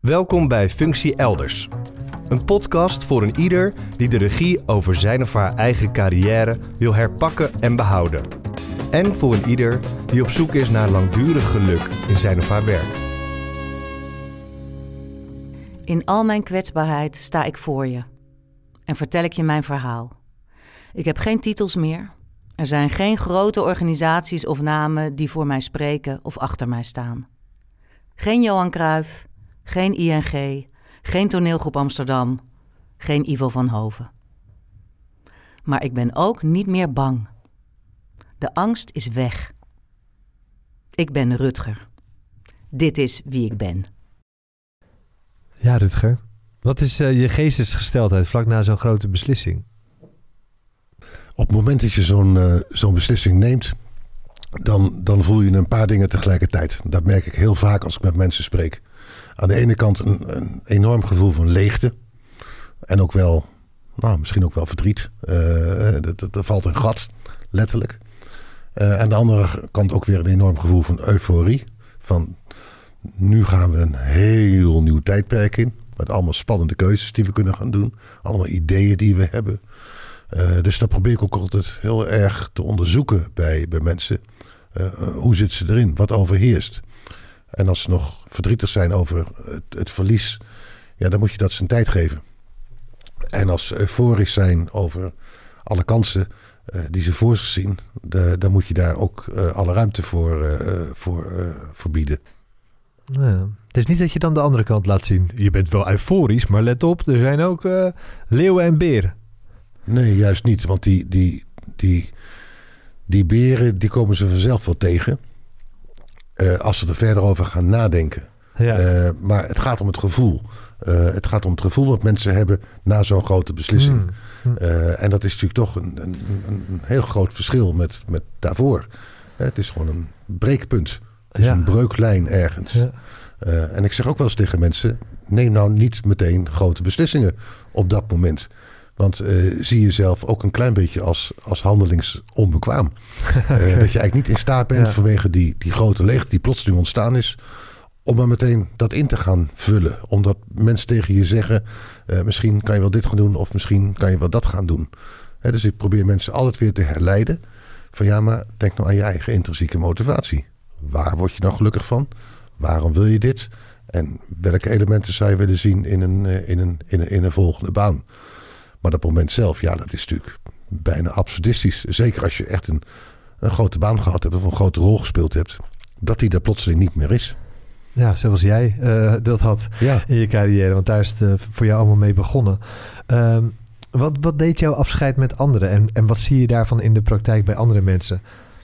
Welkom bij Functie Elders. Een podcast voor een ieder die de regie over zijn of haar eigen carrière wil herpakken en behouden. En voor een ieder die op zoek is naar langdurig geluk in zijn of haar werk. In al mijn kwetsbaarheid sta ik voor je en vertel ik je mijn verhaal. Ik heb geen titels meer. Er zijn geen grote organisaties of namen die voor mij spreken of achter mij staan. Geen Johan Cruijff, geen ING, geen Toneelgroep Amsterdam, geen Ivo van Hoven. Maar ik ben ook niet meer bang. De angst is weg. Ik ben Rutger. Dit is wie ik ben. Ja, Rutger. Wat is je geestesgesteldheid vlak na zo'n grote beslissing? Op het moment dat je zo'n beslissing neemt, dan voel je een paar dingen tegelijkertijd. Dat merk ik heel vaak als ik met mensen spreek. Aan de ene kant een enorm gevoel van leegte. En ook wel, misschien ook wel verdriet. Er valt een gat, letterlijk. Aan de andere kant ook weer een enorm gevoel van euforie. Van, nu gaan we een heel nieuw tijdperk in. Met allemaal spannende keuzes die we kunnen gaan doen. Allemaal ideeën die we hebben. Dus dat probeer ik ook altijd heel erg te onderzoeken bij mensen. Hoe zit ze erin? Wat overheerst? En als ze nog verdrietig zijn over het verlies, ja, dan moet je dat zijn tijd geven. En als ze euforisch zijn over alle kansen die ze voor zich zien, dan moet je daar ook alle ruimte voor bieden. Ja. Het is niet dat je dan de andere kant laat zien. Je bent wel euforisch, maar let op, er zijn ook leeuwen en beren. Nee, juist niet. Want die beren, die komen ze vanzelf wel tegen. Als ze er verder over gaan nadenken. Ja. Maar het gaat om het gevoel. Het gaat om het gevoel wat mensen hebben na zo'n grote beslissing. En dat is natuurlijk toch een heel groot verschil met daarvoor. Het is gewoon een breekpunt. Het is een breuklijn ergens. Ja. En ik zeg ook wel eens tegen mensen, neem nou niet meteen grote beslissingen op dat moment. Want zie jezelf ook een klein beetje als handelingsonbekwaam. Dat je eigenlijk niet in staat bent vanwege die grote leegte die plotseling ontstaan is, om maar meteen dat in te gaan vullen. Omdat mensen tegen je zeggen, misschien kan je wel dit gaan doen of misschien kan je wel dat gaan doen. Dus ik probeer mensen altijd weer te herleiden van ja, maar denk nou aan je eigen intrinsieke motivatie. Waar word je nou gelukkig van? Waarom wil je dit? En welke elementen zou je willen zien in een volgende baan? Maar dat moment zelf, ja, dat is natuurlijk bijna absurdistisch. Zeker als je echt een grote baan gehad hebt of een grote rol gespeeld hebt. Dat die er plotseling niet meer is. Ja, zoals jij dat had in je carrière. Want daar is het voor jou allemaal mee begonnen. Wat deed jouw afscheid met anderen? En wat zie je daarvan in de praktijk bij andere mensen?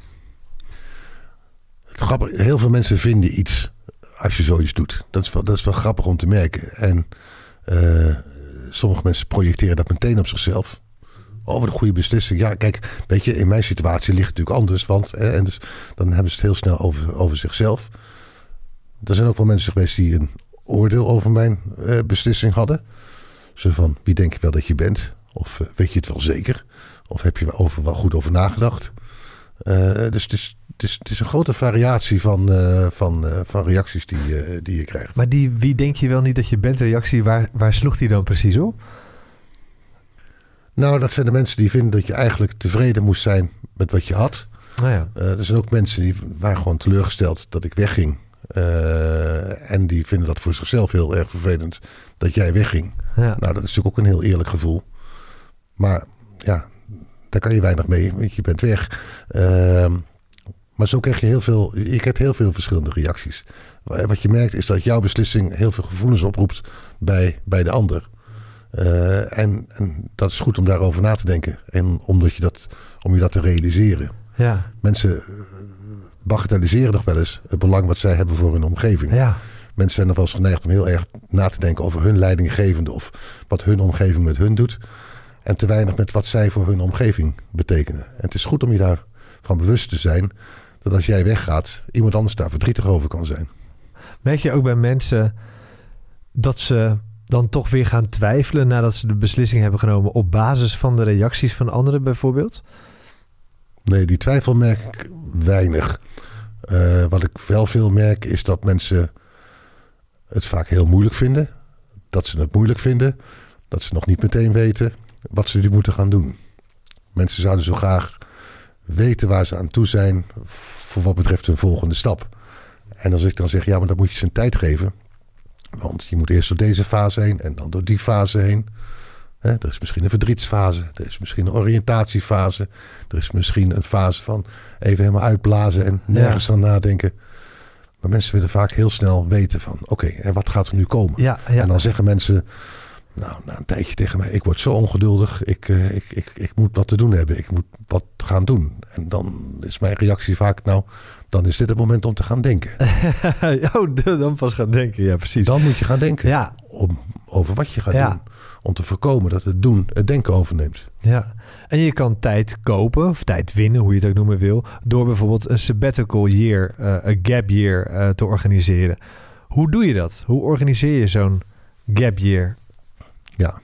Het grappig, heel veel mensen vinden iets als je zoiets doet. Dat is wel grappig om te merken. En sommige mensen projecteren dat meteen op zichzelf. Oh, wat een goede beslissing. Ja, kijk, weet je, in mijn situatie ligt het natuurlijk anders. Want, en dus, dan hebben ze het heel snel over zichzelf. Er zijn ook wel mensen geweest die een oordeel over mijn beslissing hadden. Zo van, wie denk je wel dat je bent? Of weet je het wel zeker? Of heb je er wel goed over nagedacht? Dus het is een grote variatie van reacties die je krijgt. Maar wie denk je wel niet dat je bent reactie, waar sloeg die dan precies op? Nou, dat zijn de mensen die vinden dat je eigenlijk tevreden moest zijn met wat je had. Er zijn ook mensen die waren gewoon teleurgesteld dat ik wegging. En die vinden dat voor zichzelf heel erg vervelend dat jij wegging. Ja. Nou, dat is natuurlijk ook een heel eerlijk gevoel. Maar ja, daar kan je weinig mee, want je bent weg. Maar zo krijg je krijgt heel veel verschillende reacties. Wat je merkt is dat jouw beslissing heel veel gevoelens oproept bij de ander. En dat is goed om daarover na te denken. En om je dat te realiseren. Ja. Mensen bagatelliseren nog wel eens het belang wat zij hebben voor hun omgeving. Ja. Mensen zijn nog wel eens geneigd om heel erg na te denken over hun leidinggevende of wat hun omgeving met hun doet. En te weinig met wat zij voor hun omgeving betekenen. En het is goed om je daarvan bewust te zijn dat als jij weggaat, iemand anders daar verdrietig over kan zijn. Merk je ook bij mensen dat ze dan toch weer gaan twijfelen nadat ze de beslissing hebben genomen op basis van de reacties van anderen bijvoorbeeld? Nee, die twijfel merk ik weinig. Wat ik wel veel merk is dat mensen het vaak heel moeilijk vinden. Dat ze het moeilijk vinden. Dat ze nog niet meteen weten wat ze nu moeten gaan doen. Mensen zouden zo graag weten waar ze aan toe zijn voor wat betreft hun volgende stap. En als ik dan zeg, ja, maar dan moet je ze een tijd geven. Want je moet eerst door deze fase heen en dan door die fase heen. Er is misschien een verdrietsfase. Er is misschien een oriëntatiefase. Er is misschien een fase van even helemaal uitblazen en nergens aan nadenken. Maar mensen willen vaak heel snel weten van, oké, en wat gaat er nu komen? Ja. En dan zeggen mensen, nou, na een tijdje tegen mij, ik word zo ongeduldig. Ik moet wat te doen hebben. Ik moet wat gaan doen. En dan is mijn reactie vaak, nou, dan is dit het moment om te gaan denken. Dan pas gaan denken, ja, precies. Dan moet je gaan denken. Ja. Over wat je gaat doen. Om te voorkomen dat het denken overneemt. Ja, en je kan tijd kopen, of tijd winnen, hoe je het ook noemen wil, door bijvoorbeeld een sabbatical year, een gap year te organiseren. Hoe doe je dat? Hoe organiseer je zo'n gap year? Ja,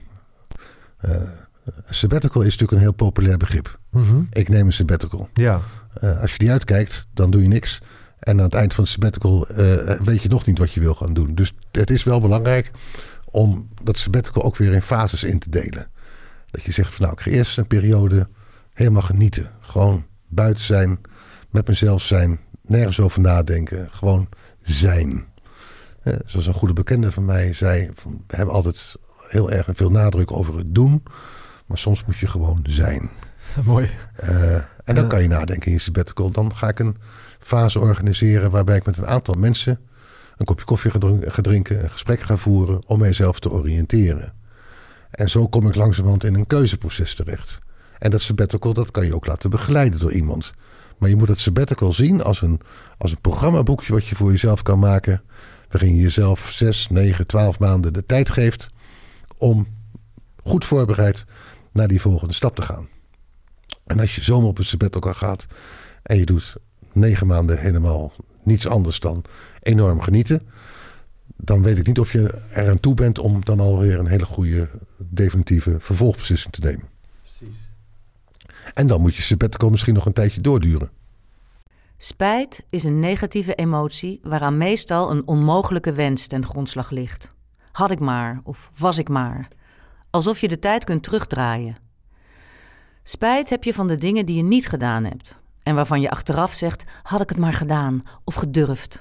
sabbatical is natuurlijk een heel populair begrip. Mm-hmm. Ik neem een sabbatical. Ja. Als je die uitkijkt, dan doe je niks. En aan het eind van het sabbatical weet je nog niet wat je wil gaan doen. Dus het is wel belangrijk om dat sabbatical ook weer in fases in te delen. Dat je zegt van nou, ik ga eerst een periode helemaal genieten. Gewoon buiten zijn, met mezelf zijn, nergens over nadenken. Gewoon zijn. Zoals een goede bekende van mij zei, we hebben altijd heel erg veel nadruk over het doen. Maar soms moet je gewoon zijn. Mooi. En dan kan je nadenken in je sabbatical. Dan ga ik een fase organiseren waarbij ik met een aantal mensen een kopje koffie ga drinken, een gesprek ga voeren om mijzelf te oriënteren. En zo kom ik langzamerhand in een keuzeproces terecht. En dat sabbatical, dat kan je ook laten begeleiden door iemand. Maar je moet het sabbatical zien als een programmaboekje wat je voor jezelf kan maken, waarin je jezelf 6, 9, 12 maanden de tijd geeft om goed voorbereid naar die volgende stap te gaan. En als je zomaar op het sabbatical gaat en je doet 9 maanden helemaal niets anders dan enorm genieten, dan weet ik niet of je er aan toe bent om dan alweer een hele goede definitieve vervolgbeslissing te nemen. Precies. En dan moet je sabbatical misschien nog een tijdje doorduren. Spijt is een negatieve emotie waaraan meestal een onmogelijke wens ten grondslag ligt. Had ik maar of was ik maar. Alsof je de tijd kunt terugdraaien. Spijt heb je van de dingen die je niet gedaan hebt en waarvan je achteraf zegt, had ik het maar gedaan of gedurfd.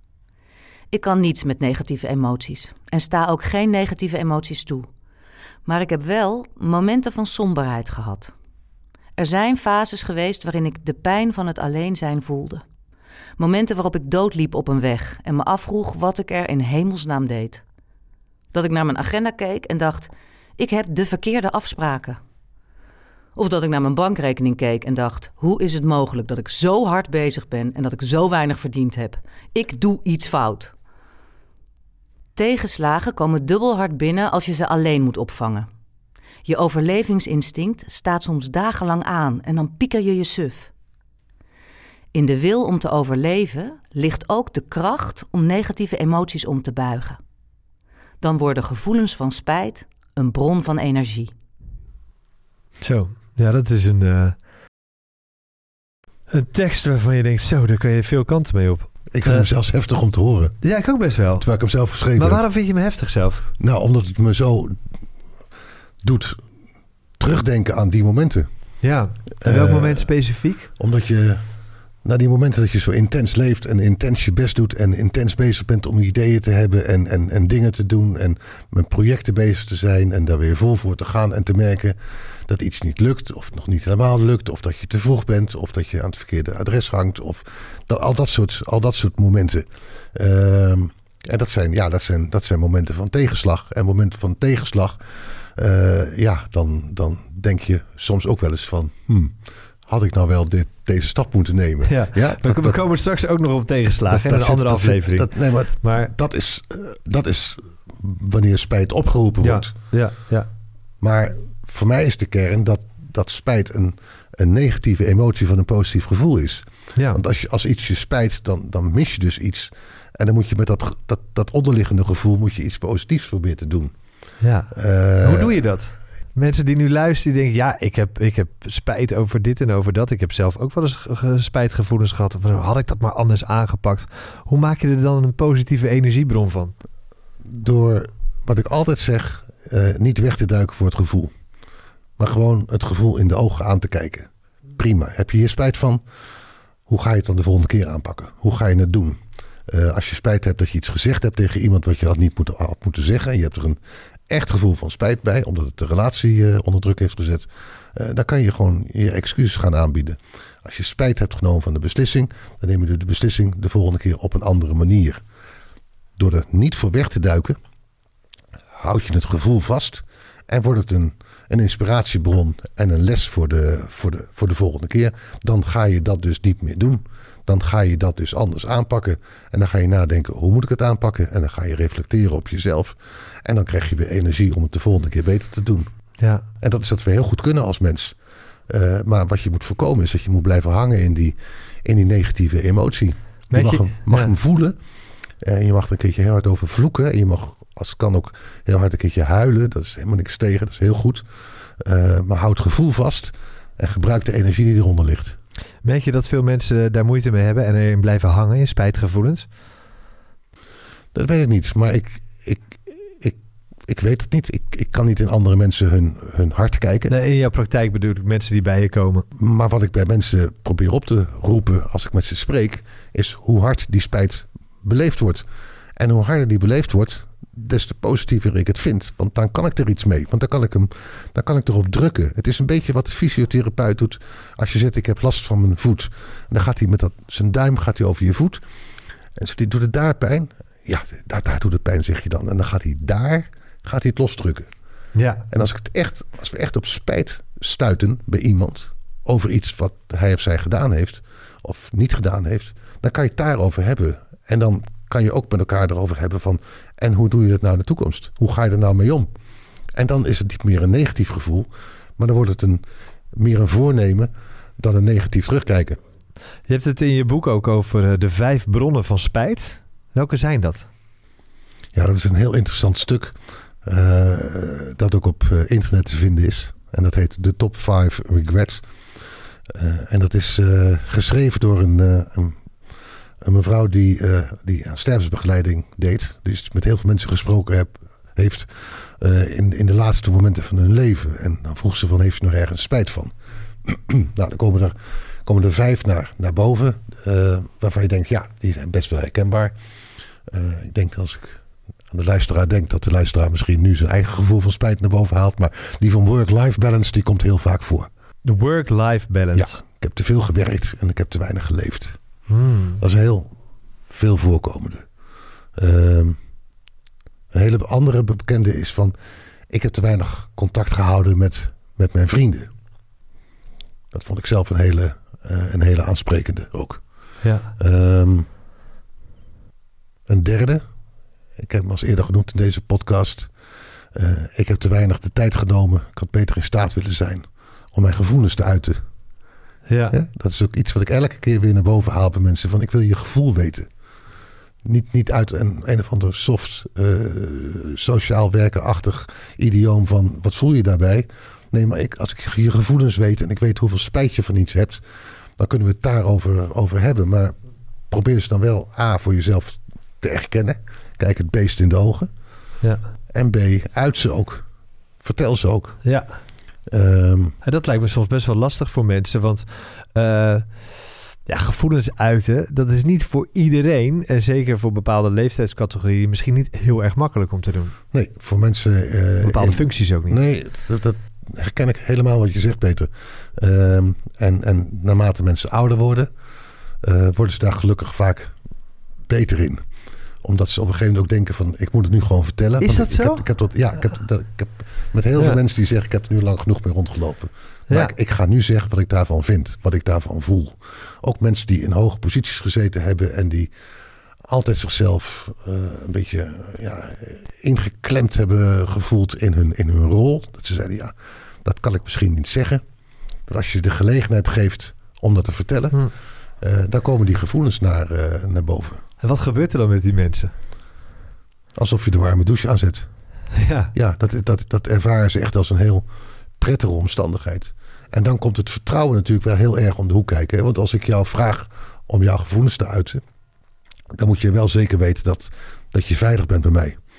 Ik kan niets met negatieve emoties en sta ook geen negatieve emoties toe. Maar ik heb wel momenten van somberheid gehad. Er zijn fases geweest waarin ik de pijn van het alleen zijn voelde. Momenten waarop ik doodliep op een weg en me afvroeg wat ik er in hemelsnaam deed. Dat ik naar mijn agenda keek en dacht, ik heb de verkeerde afspraken. Of dat ik naar mijn bankrekening keek en dacht, hoe is het mogelijk dat ik zo hard bezig ben en dat ik zo weinig verdiend heb? Ik doe iets fout. Tegenslagen komen dubbel hard binnen als je ze alleen moet opvangen. Je overlevingsinstinct staat soms dagenlang aan en dan pieker je suf. In de wil om te overleven ligt ook de kracht om negatieve emoties om te buigen. Dan worden gevoelens van spijt een bron van energie. Zo, ja, dat is een tekst waarvan je denkt, zo, daar kun je veel kanten mee op. Ik vind hem zelfs heftig om te horen. Ja, ik ook best wel. Terwijl ik hem zelf geschreven Maar heb. waarom vind je me heftig zelf? Nou, omdat het me zo doet terugdenken aan die momenten. Ja, en welk moment specifiek? Omdat je, na die momenten dat je zo intens leeft en intens je best doet en intens bezig bent om ideeën te hebben en dingen te doen en met projecten bezig te zijn en daar weer vol voor te gaan en te merken dat iets niet lukt of nog niet helemaal lukt of dat je te vroeg bent of dat je aan het verkeerde adres hangt of al dat soort momenten. En dat zijn momenten van tegenslag. En momenten van tegenslag, dan denk je soms ook wel eens van, had ik nou wel deze stap moeten nemen? Ja, we komen straks ook nog op tegenslagen in een andere aflevering. Maar dat is wanneer spijt opgeroepen wordt. Ja. Maar voor mij is de kern dat spijt een negatieve emotie van een positief gevoel is. Ja. Want als iets je spijt, dan mis je dus iets. En dan moet je met dat onderliggende gevoel moet je iets positiefs proberen te doen. Ja. Hoe doe je dat? Mensen die nu luisteren, die denken, ja, ik heb spijt over dit en over dat. Ik heb zelf ook wel eens spijtgevoelens gehad. Of had ik dat maar anders aangepakt? Hoe maak je er dan een positieve energiebron van? door wat ik altijd zeg, niet weg te duiken voor het gevoel. Maar gewoon het gevoel in de ogen aan te kijken. Prima. Heb je hier spijt van? Hoe ga je het dan de volgende keer aanpakken? Hoe ga je het doen? Als je spijt hebt dat je iets gezegd hebt tegen iemand wat je had niet moeten zeggen. En je hebt er een echt gevoel van spijt bij. Omdat het de relatie onder druk heeft gezet. Dan kan je gewoon je excuses gaan aanbieden. Als je spijt hebt genomen van de beslissing. Dan neem je de beslissing de volgende keer op een andere manier. Door er niet voor weg te duiken. Houd je het gevoel vast. En wordt het een inspiratiebron en een les voor de volgende keer. Dan ga je dat dus niet meer doen. Dan ga je dat dus anders aanpakken. En dan ga je nadenken, hoe moet ik het aanpakken? En dan ga je reflecteren op jezelf. En dan krijg je weer energie om het de volgende keer beter te doen. Ja. En dat is dat we heel goed kunnen als mens. Maar wat je moet voorkomen is dat je moet blijven hangen in die negatieve emotie. Je mag hem voelen. En je mag er een keertje heel hard over vloeken. En je mag, als het kan, ook heel hard een keertje huilen. Dat is helemaal niks tegen. Dat is heel goed. Maar houd het gevoel vast. En gebruik de energie die eronder ligt. Merk je dat veel mensen daar moeite mee hebben en erin blijven hangen in spijtgevoelens? Dat weet ik niet. Maar ik weet het niet. Ik kan niet in andere mensen hun hart kijken. Nee, in jouw praktijk bedoel ik mensen die bij je komen. Maar wat ik bij mensen probeer op te roepen als ik met ze spreek, is hoe hard die spijt beleefd wordt. En hoe harder die beleefd wordt, des te positiever ik het vind. Want dan kan ik er iets mee. Want dan kan ik erop drukken. Het is een beetje wat de fysiotherapeut doet. Als je zegt, ik heb last van mijn voet. En dan gaat hij met zijn duim over je voet. En die doet het daar pijn. Ja, daar doet het pijn, zeg je dan. En dan gaat hij het losdrukken. Ja. En als we echt op spijt stuiten bij iemand over iets wat hij of zij gedaan heeft of niet gedaan heeft, dan kan je het daarover hebben. En dan kan je ook met elkaar erover hebben van, en hoe doe je dat nou in de toekomst? Hoe ga je er nou mee om? En dan is het niet meer een negatief gevoel, maar dan wordt het meer een voornemen dan een negatief terugkijken. Je hebt het in je boek ook over de 5 bronnen van spijt. Welke zijn dat? Ja, dat is een heel interessant stuk dat ook op internet te vinden is. En dat heet de Top 5 Regrets. En dat is geschreven door een mevrouw die aan stervensbegeleiding deed. Die met heel veel mensen gesproken heeft in de laatste momenten van hun leven. En dan vroeg ze van, heeft je nog ergens spijt van? Nou, dan komen er 5 naar boven. Waarvan je denkt, ja, die zijn best wel herkenbaar. Ik denk als ik aan de luisteraar denk dat de luisteraar misschien nu zijn eigen gevoel van spijt naar boven haalt. Maar die van work-life balance, die komt heel vaak voor. De work-life balance. Ja, ik heb te veel gewerkt en ik heb te weinig geleefd. Dat is een heel veel voorkomende. Een hele andere bekende is van, ik heb te weinig contact gehouden met mijn vrienden. Dat vond ik zelf een hele aansprekende ook. Ja. Een derde, ik heb hem als eerder genoemd in deze podcast. Ik heb te weinig de tijd genomen. Ik had beter in staat willen zijn om mijn gevoelens te uiten. Ja. Dat is ook iets wat ik elke keer weer naar boven haal bij mensen. Van, ik wil je gevoel weten. Niet uit een of ander soft sociaal werkenachtig idioom van, wat voel je daarbij? Nee, maar als ik je gevoelens weet en ik weet hoeveel spijt je van iets hebt, dan kunnen we het daarover hebben. Maar probeer ze dan wel A, voor jezelf te erkennen. Kijk het beest in de ogen. Ja. En B, uit ze ook. Vertel ze ook. Ja. Dat lijkt me soms best wel lastig voor mensen. Want gevoelens uiten, dat is niet voor iedereen. En zeker voor bepaalde leeftijdscategorieën misschien niet heel erg makkelijk om te doen. Nee, voor mensen bepaalde functies ook niet. Nee, dat herken ik helemaal wat je zegt, Peter. En naarmate mensen ouder worden, worden ze daar gelukkig vaak beter in. Omdat ze op een gegeven moment ook denken van, ik moet het nu gewoon vertellen. Is dat zo? Ik heb met heel veel mensen die zeggen, ik heb er nu lang genoeg mee rondgelopen. Maar ik ga nu zeggen wat ik daarvan vind, wat ik daarvan voel. Ook mensen die in hoge posities gezeten hebben en die altijd zichzelf een beetje ingeklemd hebben gevoeld in hun rol. Dat ze zeiden, ja, dat kan ik misschien niet zeggen. Dat als je de gelegenheid geeft om dat te vertellen, dan komen die gevoelens naar boven. En wat gebeurt er dan met die mensen? Alsof je de warme douche aanzet. Ja, dat ervaren ze echt als een heel prettige omstandigheid. En dan komt het vertrouwen natuurlijk wel heel erg om de hoek kijken. Hè? Want als ik jou vraag om jouw gevoelens te uiten, dan moet je wel zeker weten dat je veilig bent bij mij.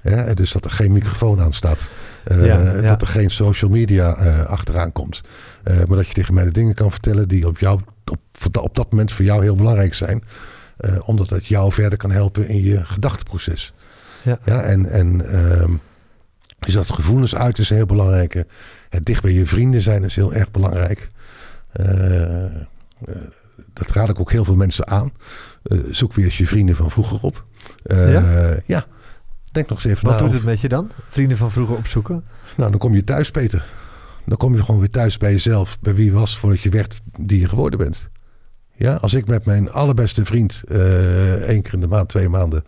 Dus dat er geen microfoon aan staat. Dat er geen social media achteraan komt. Maar dat je tegen mij de dingen kan vertellen die op dat moment voor jou heel belangrijk zijn. Omdat dat jou verder kan helpen in je gedachteproces. Dus dat gevoelens uit is heel belangrijk. Het dicht bij je vrienden zijn is heel erg belangrijk. Dat raad ik ook heel veel mensen aan. Zoek weer eens je vrienden van vroeger op. Denk nog eens even na. Wat doet het met je dan? Vrienden van vroeger opzoeken? Nou, dan kom je thuis, Peter. Dan kom je gewoon weer thuis bij jezelf. Bij wie je was voordat je werd die je geworden bent. Ja, als ik met mijn allerbeste vriend 1 keer in de maand, 2 maanden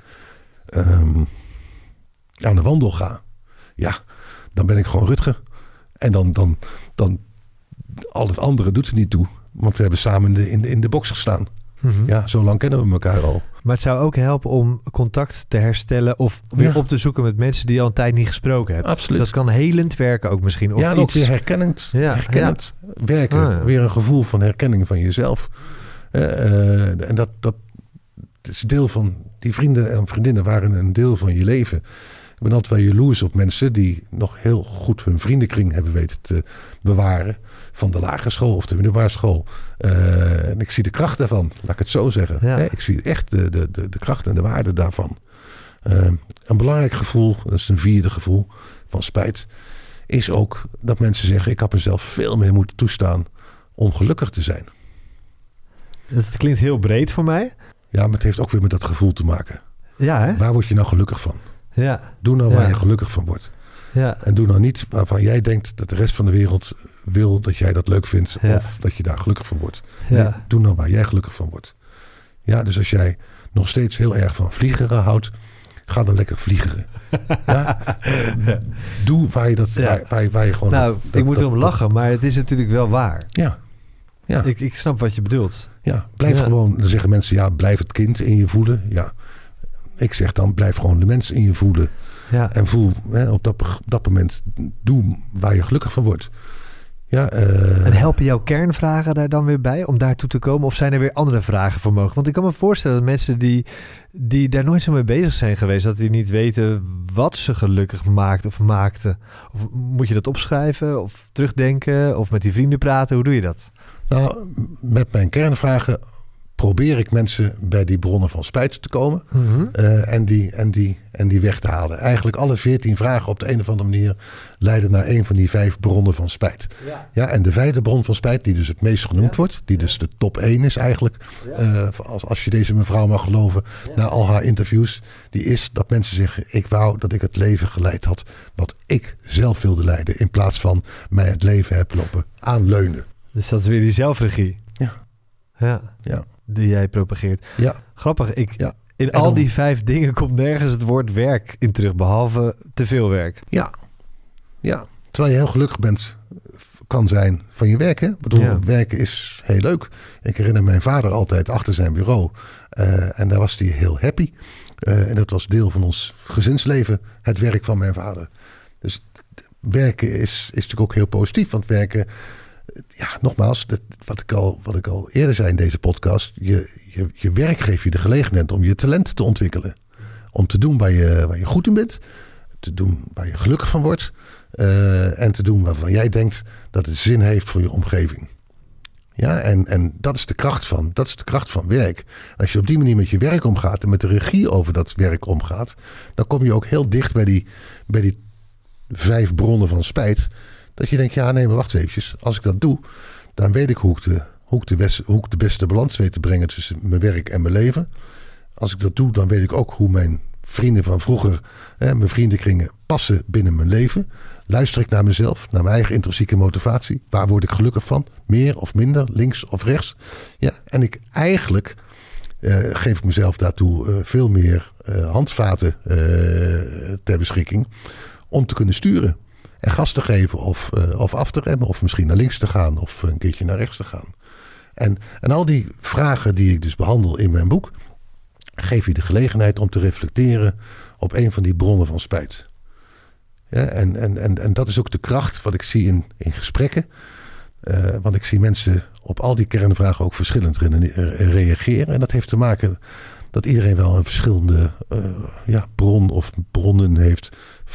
aan de wandel ga. Ja, dan ben ik gewoon Rutger. En dan al het andere doet er niet toe. Want we hebben samen in de box gestaan. Mm-hmm. Ja, zo lang kennen we elkaar al. Maar het zou ook helpen om contact te herstellen of weer op te zoeken met mensen die je al een tijd niet gesproken hebt. Absoluut. Dat kan helend werken ook misschien. Of en iets... ook weer herkennend werken. Weer een gevoel van herkenning van jezelf. En dat is deel van... Die vrienden en vriendinnen waren een deel van je leven. Ik ben altijd wel jaloers op mensen die nog heel goed hun vriendenkring hebben weten te bewaren. Van de lagere school of de middelbare school. En ik zie de kracht daarvan, laat ik het zo zeggen. Ja. Ik zie echt de kracht en de waarde daarvan. Een belangrijk gevoel, dat is een 4e gevoel van spijt, is ook dat mensen zeggen: ik had mezelf veel meer moeten toestaan om gelukkig te zijn. Dat klinkt heel breed voor mij. Ja, maar het heeft ook weer met dat gevoel te maken. Ja, hè? Waar word je nou gelukkig van? Ja. Doe nou waar je gelukkig van wordt. Ja. En doe nou niet waarvan jij denkt dat de rest van de wereld wil dat jij dat leuk vindt. Ja. Of dat je daar gelukkig van wordt. Ja. Nee, doe nou waar jij gelukkig van wordt. Ja, dus als jij nog steeds heel erg van vliegeren houdt, ga dan lekker vliegeren. Doe waar je dat waar je gewoon... Nou, ik moet erom lachen, maar het is natuurlijk wel waar. Ja. Ja. Ik snap wat je bedoelt. Ja, blijf gewoon... Dan zeggen mensen, blijf het kind in je voelen. Ja. Ik zeg dan, blijf gewoon de mens in je voelen. Ja. En voel op dat moment, doe waar je gelukkig van wordt. Ja, en helpen jouw kernvragen daar dan weer bij om daartoe te komen? Of zijn er weer andere vragen voor mogelijk? Want ik kan me voorstellen dat mensen die daar nooit zo mee bezig zijn geweest, dat die niet weten wat ze gelukkig maakt of maakte. Of moet je dat opschrijven of terugdenken of met die vrienden praten? Hoe doe je dat? Nou, met mijn kernvragen probeer ik mensen bij die bronnen van spijt te komen. Mm-hmm. En die weg te halen. Eigenlijk alle 14 vragen op de een of andere manier leiden naar een van die 5 bronnen van spijt. Ja, en de 5e bron van spijt, die dus het meest genoemd wordt, die dus de top 1 is eigenlijk, als je deze mevrouw mag geloven, na al haar interviews, die is dat mensen zeggen: ik wou dat ik het leven geleid had wat ik zelf wilde leiden, in plaats van mij het leven heb lopen aanleunen. Dus dat is weer die zelfregie. Ja. Die jij propageert. Ja. Grappig. In al die 5 dingen komt nergens het woord werk in terug, behalve te veel werk. Ja. Terwijl je heel gelukkig kan zijn van je werk. Hè? Ik bedoel, werken is heel leuk. Ik herinner mijn vader altijd achter zijn bureau. En daar was hij heel happy. En dat was deel van ons gezinsleven, het werk van mijn vader. Dus werken is natuurlijk ook heel positief. Want werken... Ja, nogmaals, wat ik al eerder zei in deze podcast. Je werk geeft je de gelegenheid om je talent te ontwikkelen. Om te doen waar je goed in bent. Te doen waar je gelukkig van wordt. En te doen waarvan jij denkt dat het zin heeft voor je omgeving. Ja, en dat is de kracht van werk. Als je op die manier met je werk omgaat en met de regie over dat werk omgaat, dan kom je ook heel dicht bij die 5 bronnen van spijt. Dat je denkt, maar wacht eventjes. Als ik dat doe, dan weet ik hoe ik de beste balans weet te brengen tussen mijn werk en mijn leven. Als ik dat doe, dan weet ik ook hoe mijn vrienden van vroeger, mijn vriendenkringen, passen binnen mijn leven. Luister ik naar mezelf, naar mijn eigen intrinsieke motivatie. Waar word ik gelukkig van? Meer of minder, links of rechts? Ja, en eigenlijk geef ik mezelf daartoe veel meer handvaten ter beschikking om te kunnen sturen. En gas te geven of af te remmen. Of misschien naar links te gaan of een keertje naar rechts te gaan. En al die vragen die ik dus behandel in mijn boek, geef je de gelegenheid om te reflecteren op een van die bronnen van spijt. Ja, en dat is ook de kracht wat ik zie in gesprekken. Want ik zie mensen op al die kernvragen ook verschillend reageren. En dat heeft te maken dat iedereen wel een verschillende bron of bronnen heeft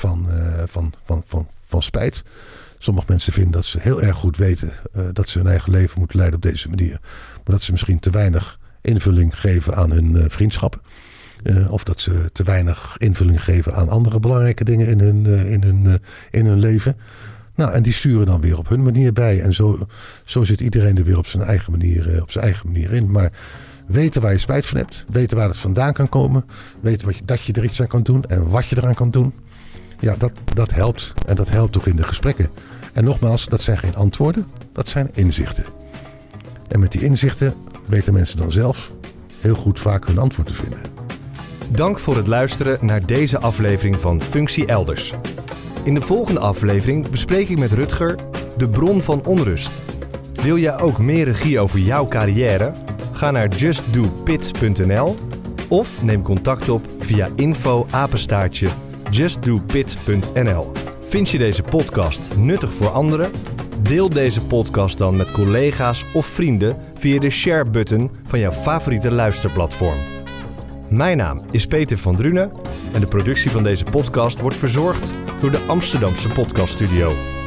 van spijt. Sommige mensen vinden dat ze heel erg goed weten dat ze hun eigen leven moeten leiden op deze manier. Maar dat ze misschien te weinig invulling geven aan hun vriendschappen. Of dat ze te weinig invulling geven aan andere belangrijke dingen in hun leven. Nou, en die sturen dan weer op hun manier bij. En zo zit iedereen er weer op zijn eigen manier in. Maar weten waar je spijt van hebt. Weten waar het vandaan kan komen. Weten dat je er iets aan kan doen. En wat je eraan kan doen. Ja, dat helpt. En dat helpt ook in de gesprekken. En nogmaals, dat zijn geen antwoorden. Dat zijn inzichten. En met die inzichten weten mensen dan zelf heel goed vaak hun antwoord te vinden. Dank voor het luisteren naar deze aflevering van Functie Elders. In de volgende aflevering bespreek ik met Rutger de bron van onrust. Wil jij ook meer regie over jouw carrière? Ga naar justdopit.nl of neem contact op via info@justdopit.nl. Vind je deze podcast nuttig voor anderen? Deel deze podcast dan met collega's of vrienden via de share-button van jouw favoriete luisterplatform. Mijn naam is Peter van Drunen en de productie van deze podcast wordt verzorgd door de Amsterdamse Podcaststudio.